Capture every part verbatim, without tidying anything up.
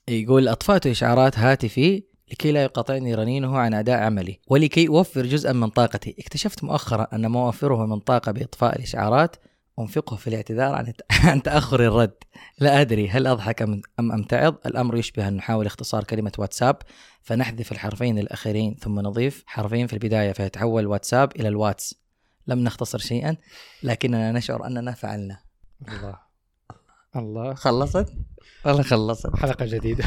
يقول أطفأت إشعارات هاتفي لكي لا يقاطعني رنينه عن أداء عملي ولكي أوفر جزءا من طاقتي. اكتشفت مؤخرا أن ما أوفره من طاقة بإطفاء الإشعارات أنفقه في الاعتذار عن عن تأخر الرد. لا أدري هل أضحك أم أمتعض. الأمر يشبه أن نحاول اختصار كلمة واتساب فنحذف الحرفين الأخيرين ثم نضيف حرفين في البداية فيتحول واتساب إلى الواتس. لم نختصر شيئا لكننا نشعر أننا فعلنا. الله الله خلصت والله خلصت حلقة جديدة.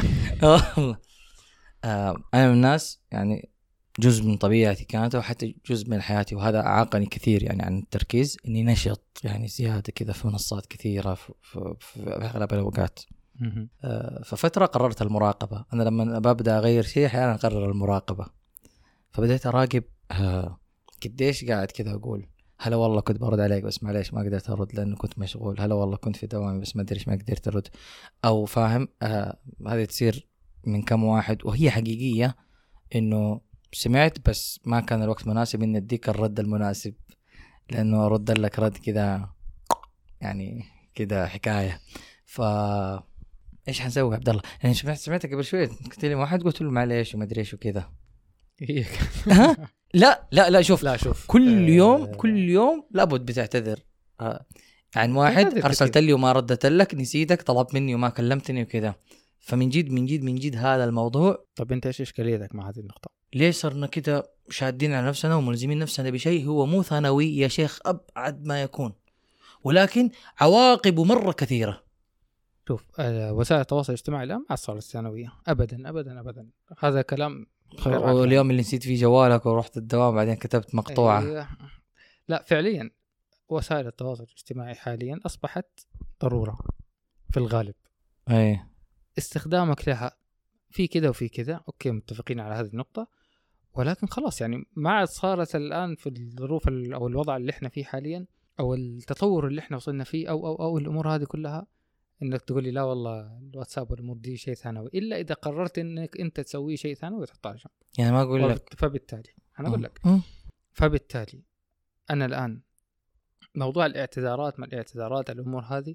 آه أنا من الناس يعني جزء من طبيعتي كانت وحتى جزء من حياتي وهذا أعاقني كثير يعني عن التركيز إني نشط يعني زيادة كذا في منصات كثيرة في, في, في أغلب الأوقات. آه ففترة قررت المراقبة. أنا لما ببدأ أغير شيء أحيانا أقرر المراقبة فبدأت أراقب آه قديش قاعد كذا أقول هلا والله كنت برد عليك بس معليش ما قدرت أرد لأنه كنت مشغول. هلا والله كنت في دوامي بس ما أدري ما قدرت أرد أو فاهم. آه هذه تصير من كم واحد وهي حقيقية إنه سمعت بس ما كان الوقت مناسب إن أديك الرد المناسب لأنه أرد لك رد كذا يعني كذا حكاية. ف إيش حنسوي عبد الله يعني سمعت سمعتك قبل شوية قلت لي واحد قلت له معليش وما أدري إيش وكذا. ها لا لا لا شوف لا شوف كل يوم آه كل يوم لابد بتعتذر. آه عن واحد أرسلت لي وما ردت لك نسيتك طلبت مني وما كلمتني وكذا. فمن جد من جد من جد هذا الموضوع. طب أنت إيش إشكاليتك مع هذه النقطة؟ ليه صرنا كده شادين على نفسنا وملزمين نفسنا بشيء هو مو ثانوي يا شيخ أبعد ما يكون ولكن عواقبه مرة كثيرة. شوف وسائل التواصل الاجتماعي الآن ما صارت ثانوية أبدا أبدا أبدا. هذا كلام واليوم اللي نسيت فيه جوالك ورحت الدوام بعدين كتبت مقطوعة. أيه. لا فعليا وسائل التواصل الاجتماعي حاليا أصبحت ضرورة في الغالب. أيه. استخدامك لها في كده وفي كده أوكي متفقين على هذه النقطة ولكن خلاص يعني ما عاد صارت الآن في الظروف أو الوضع اللي احنا فيه حاليا أو التطور اللي احنا وصلنا فيه أو أو أو الأمور هذه كلها إنك تقول لي لا والله الواتساب والأمور دي شيء ثانوي إلا إذا قررت إنك أنت تسوي شيء ثانوي وتحطها جنب. يعني ما أقول لك فبالتالي أنا أقول لك فبالتالي أنا الآن موضوع الاعتذارات ما الاعتذارات الأمور هذه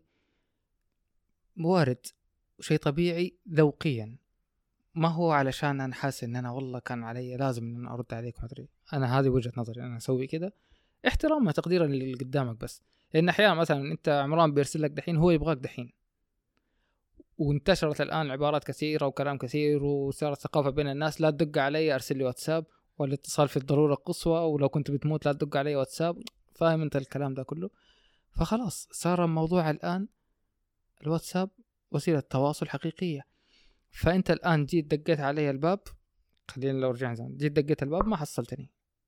وارد شيء طبيعي ذوقيا ما هو علشان أنا حاسس إن أنا والله كان علي لازم إن أنا أرد عليك ما أدري. أنا هذه وجهة نظري أنا أسوي كده احتراما تقديرا للي قدامك بس لأن أحيانا مثلا أنت عمران بيرسل لك دحين هو يبغاك دحين وانتشرت الآن عبارات كثيرة وكلام كثير وصارت ثقافة بين الناس لا تدق علي أرسل لي واتساب والاتصال في الضرورة القصوى ولو كنت بتموت لا تدق علي واتساب. فاهم أنت الكلام ده كله. فخلاص صار الموضوع الآن الواتساب وسيلة تواصل حقيقية. فأنت الآن جيت دقيت علي الباب خلينا لو رجعنا زمان جيت دقيت الباب ما حصلتني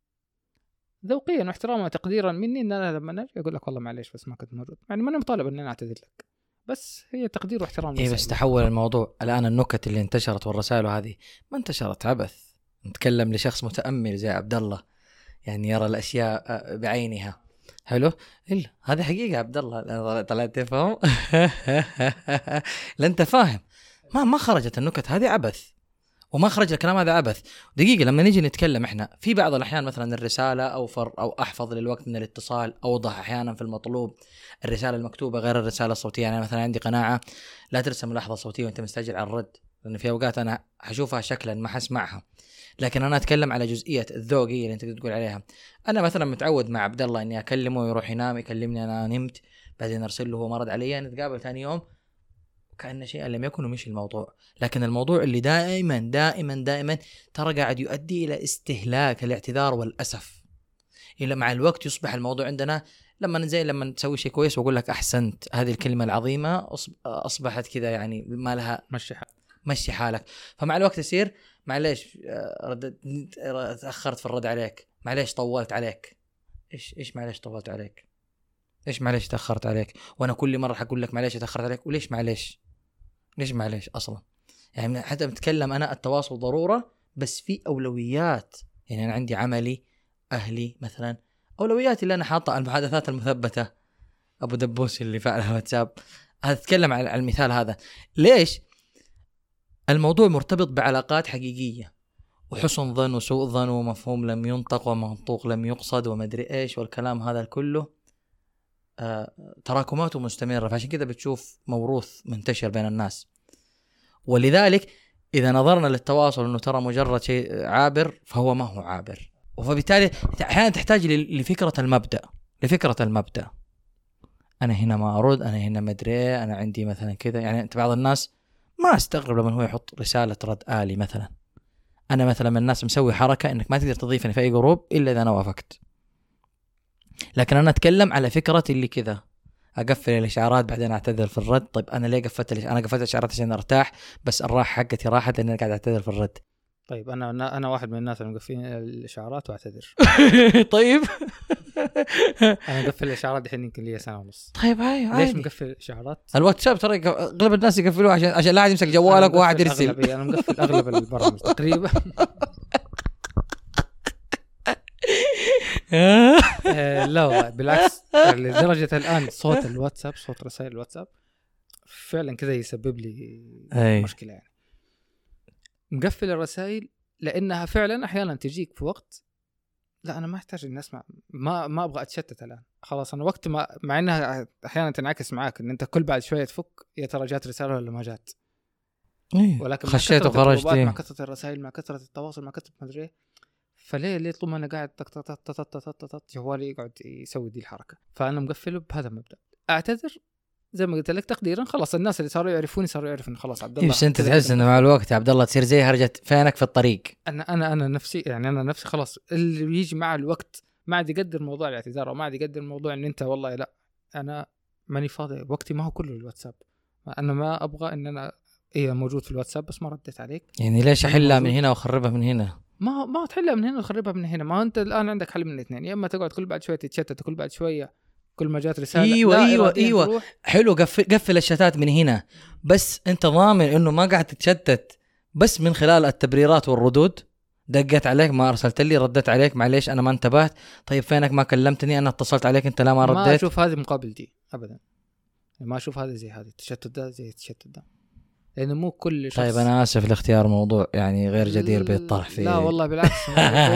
ذوقيا واحتراما وتقديرا مني إن أنا لما نجي أقول لك والله معليش بس ما كنت موجود يعني ما أنا مطالب إن أنا أعتذر لك بس هي تقدير واحترام. إيه بس تحول الموضوع الآن النكت اللي انتشرت والرسائل هذه ما انتشرت عبث. نتكلم لشخص متأمل زي عبد الله يعني يرى الأشياء بعينها. حلو إلا هذه حقيقة عبد الله طلعت تفهم. لا أنت فاهم ما ما خرجت النكت هذه عبث وما خرج الكلام هذا عبث. دقيقة لما نيجي نتكلم إحنا في بعض الأحيان مثلا الرسالة أوفر أو أحفظ للوقت من الاتصال أوضح أحيانا في المطلوب. الرسالة المكتوبة غير الرسالة الصوتية يعني مثلا عندي قناعة لا ترسم لحظة صوتية وأنت مستعجل على الرد لأن في أوقات أنا حشوفها شكلا ما حسمعها. لكن أنا أتكلم على جزئية الذوقية اللي أنت تقول عليها. أنا مثلا متعود مع عبد الله إني أكلمه ويروح ينام يكلمني أنا نمت بعدين أرسل له هو مرض علي نتقابل ثاني يوم كأن شيء لم يكن ومش الموضوع. لكن الموضوع اللي دائما دائما دائما ترى قاعد يؤدي إلى استهلاك الاعتذار والأسف. إلا مع الوقت يصبح الموضوع عندنا لما زي لما تسوي شيء كويس وأقول لك أحسنت هذه الكلمة العظيمة أصبحت كذا يعني ما لها مشي حالك مشي حالك. فمع الوقت يصير معليش ردت تأخرت في الرد عليك معليش طولت عليك. إيش إيش معليش طولت عليك إيش معليش تأخرت عليك وأنا كل مرة حقول لك معليش تأخرت عليك وليش معليش ليش معليش أصلا يعني حتى بتكلم أنا التواصل ضرورة بس في أولويات. يعني أنا عندي عملي أهلي مثلا أولوياتي اللي أنا حاطة المحادثات المثبتة أبو دبوس اللي فعلها واتساب. هتكلم على المثال هذا ليش الموضوع مرتبط بعلاقات حقيقية وحسن ظن وسوء ظن ومفهوم لم ينطق ومنطوق لم يقصد ومدري إيش والكلام هذا كله آه، تراكماته مستمرة. فعشان كده بتشوف موروث منتشر بين الناس. ولذلك إذا نظرنا للتواصل أنه ترى مجرد شيء عابر فهو ما هو عابر، وفبالتالي أحيانا تحتاج لفكرة المبدأ لفكرة المبدأ أنا هنا ما أرد، أنا هنا مدري، أنا عندي مثلا كذا. يعني أنت بعض الناس ما استغرب لما هو يحط رسالة رد آلي مثلا. أنا مثلا من الناس مسوي حركة إنك ما تقدر تضيفني في أي جروب إلا إذا أنا وافقت، لكن أنا أتكلم على فكرة اللي كذا أقفل الإشعارات بعدين أعتذر في الرد. طيب أنا ليه قفلت الإش... أنا قفلت الإشعارات عشان أرتاح، بس الراحة حقتي راحت لأن أنا قاعد أعتذر في الرد. طيب أنا أنا واحد من الناس اللي مقفلين الإشعارات وأعتذر. طيب أنا مقفل الإشعارات الحين يمكن لي سنة ونص. طيب هاي ليش مقفل الإشعارات؟ الواتساب ترى أغلب الناس يقفلوه عشان عشان لا أحد يمسك جوالك وواحد يرسل. أنا مقفل أغلب البرامج تقريبا. لا بالعكس، لدرجة الآن صوت الواتساب صوت رسائل الواتساب فعلا كذا يسبب لي أي. مشكلة. يعني مقفل الرسائل لأنها فعلا أحيانا تجيك في وقت لا أنا ما أحتاج إني أسمع، ما ما أبغى أتشتت الآن خلاص. أنا وقت ما مع إنها أحيانا تنعكس معاك إن أنت كل بعد شوية تفك يا ترى جات رسالة ولا ما جات. أيه. ولكن خشيت وخرجت مع كثرة الرسائل مع كثرة التواصل مع كثرة ما أدري، فليه ليه طول ما أنا قاعد تك تك تك تك تك تك جوالي يقعد يسوي دي الحركة. فأنا مقفله بهذا المبدأ. أعتذر زي ما قلت لك تقديرا، خلاص الناس اللي صاروا يعرفوني صاروا يعرفون خلاص عبد الله. بس انت تحس انه مع الوقت يا عبد الله تصير زي هرجة فينك في الطريق. انا انا انا نفسي يعني انا نفسي خلاص اللي يجي مع الوقت ما عاد يقدر موضوع الاعتذار، وما عاد يقدر موضوع ان انت والله لا انا ماني فاضي، وقتي ما هو كله الواتساب. انا ما ابغى ان انا ايه موجود في الواتساب بس ما رديت عليك. يعني ليش احلها من هنا واخربها من هنا؟ ما ما تحلها من هنا وتخربها من هنا. ما انت الان عندك حل من الاثنين، يا اما تقعد كل بعد شويه تتشتت، كل بعد شويه كل ما جات رساله ايوه ايوه ايوه حلو قفل قفل الشتات من هنا، بس انت ضامن انه ما قاعد تتشتت بس من خلال التبريرات والردود. دقت عليك ما ارسلت لي، ردت عليك معليش انا ما انتبهت، طيب فينك ما كلمتني، انا اتصلت عليك انت لا ما رديت. ما اشوف هذه مقابل دي ابدا، ما اشوف هذا زي هذا التشتت ده زي التشتت ده، لانه مو كل شخص. طيب انا اسف لاختيار موضوع يعني غير جدير بالطرح فيه. لا والله بالعكس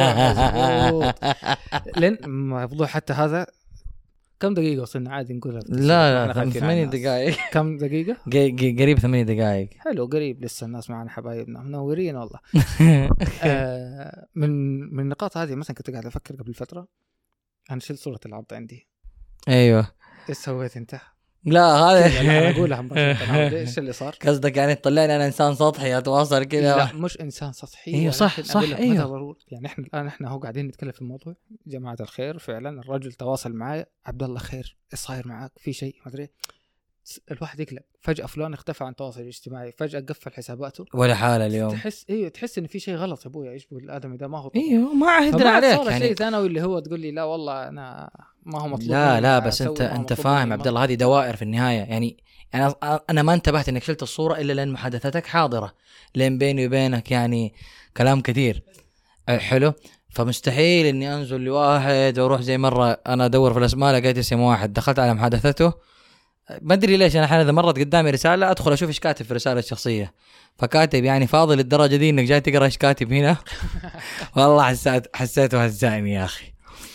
لين موضوع حتى هذا. كم دقيقة وصلنا عادي نقولها؟ لا لا ثمانية دقائق. كم دقيقة؟ قريب ثمانية دقائق. حلو قريب لسه الناس معنا حبايبنا منورين والله. آه من من النقاط هذه مثلا كنت قاعد أفكر قبل فترة أنا شلت صورة العرض عندي. أيوة. إيش سويت أنت؟ لا هذا أنا أقولها مباشرة. إيش اللي صار؟ قصدك يعني تطلعني أنا إنسان سطحي أتواصل كذا؟ لا مش إنسان سطحي. أيوة صح صح أيوة. يعني إحنا الآن إحنا هو قاعدين نتكلم في الموضوع جماعة الخير، فعلا الرجل تواصل معي عبد الله خير إيش صاير معك في شيء ما أدري. الواحد يقلق فجأة فلان اختفى عن التواصل الاجتماعي، فجأة قفل حساباته ولا حالة اليوم. تحس ايوه تحس ان في شيء غلط يا ابويا. ايش بقول الادمي ده ما هو ايوه ما عهدنا عليك يعني شيء ثانوي اللي هو تقول لي لا والله انا ما هو مطلوب. لا لا بس انت انت فاهم عبد الله هذه دوائر في النهاية. يعني يعني انا ما انتبهت انك شلت الصورة الا لان محادثتك حاضرة لين بيني وبينك يعني كلام كثير حلو. فمستحيل اني انزل لواحد واروح زي مرة انا ادور في الاسماء لقيت اسم واحد دخلت على محادثته ما ادري ليش انا حين اذا مرت قدامي رساله ادخل اشوف ايش كاتب في الرساله الشخصيه، فكاتب يعني فاضل للدرجه دي انك جاي تقرا ايش كاتب هنا. والله حسيت حسيته هزاني يا اخي.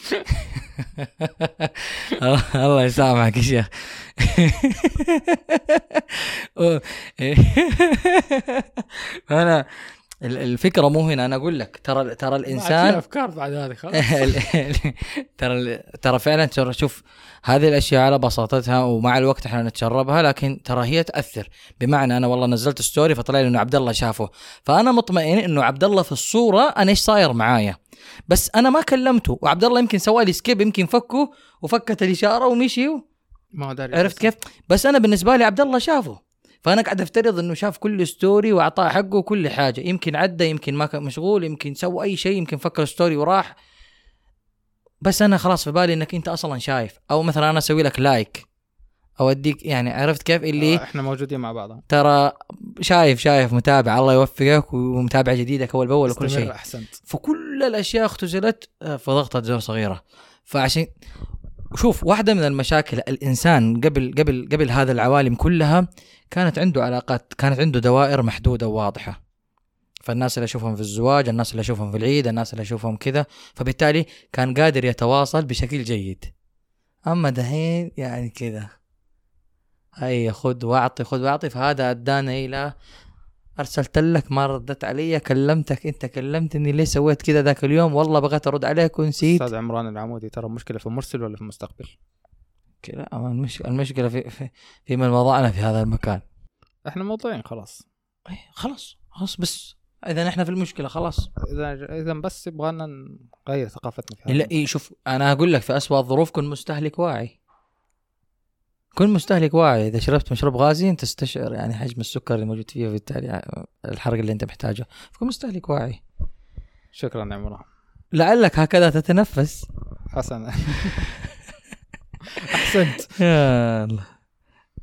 الله يسامحك يا شيخ. انا الفكره مو هنا. انا اقول لك ترى ترى الانسان افكار بعد هذه خلاص. ترى ترى فعلا ترى شوف هذه الاشياء على بساطتها ومع الوقت احنا نتشربها، لكن ترى هي تاثر. بمعنى انا والله نزلت ستوري فطلع لي انه عبد الله شافه، فانا مطمئن انه عبد الله في الصوره انا ايش صاير معايا، بس انا ما كلمته وعبد الله يمكن سوى لي سكيب، يمكن فكه وفكت الاشاره ومشي ما داري. عرفت كيف؟ بس انا بالنسبه لي عبد الله شافه، فأنا قاعد أفترض إنه شاف كل ستوري وأعطاه حقه وكل حاجة. يمكن عدى، يمكن ما كان مشغول، يمكن سوى أي شيء، يمكن فكر ستوري وراح، بس أنا خلاص في بالي إنك أنت أصلاً شايف. أو مثلاً أنا أسوي لك لايك أو أديك يعني عرفت كيف اللي إحنا موجودين مع بعض، ترى شايف شايف متابع الله يوفقك ومتابع جديدك أول بأول وكل شيء. أحسنت. فكل الأشياء اختزلت في ضغطة زر صغيرة. فعشان شوف واحدة من المشاكل الإنسان قبل قبل قبل هذا العوالم كلها كانت عنده علاقات، كانت عنده دوائر محدودة وواضحة. فالناس اللي أشوفهم في الزواج، الناس اللي أشوفهم في العيد، الناس اللي أشوفهم كذا، فبالتالي كان قادر يتواصل بشكل جيد. أما دحين يعني كذا هيا خذ واعطي خذ واعطي، فهذا أدانا إلى ارسلت لك ما ردت علي، كلمتك انت كلمتني ليه سويت كذا ذاك اليوم، والله بغيت ارد عليك ونسيت. استاذ عمران العمودي ترى مشكله في المرسل ولا في المستقبل؟ لا المشكله المشكله في في, في من وضعنا في هذا المكان. احنا موضوعين خلاص. خلاص خلاص بس اذا احنا في المشكله خلاص. اذا اذا بس يبغانا نغير ثقافتنا في هذا. لا إيه شوف انا اقول لك في اسوأ الظروف كن مستهلك واعي، كن مستهلك واعي. اذا شربت مشروب غازي انت تستشعر يعني حجم السكر اللي موجود فيه وبالتالي الحرق اللي انت محتاجه، فكن مستهلك واعي. شكرا يا عمران، لعلك هكذا تتنفس. حسنا. احسنت يا الله.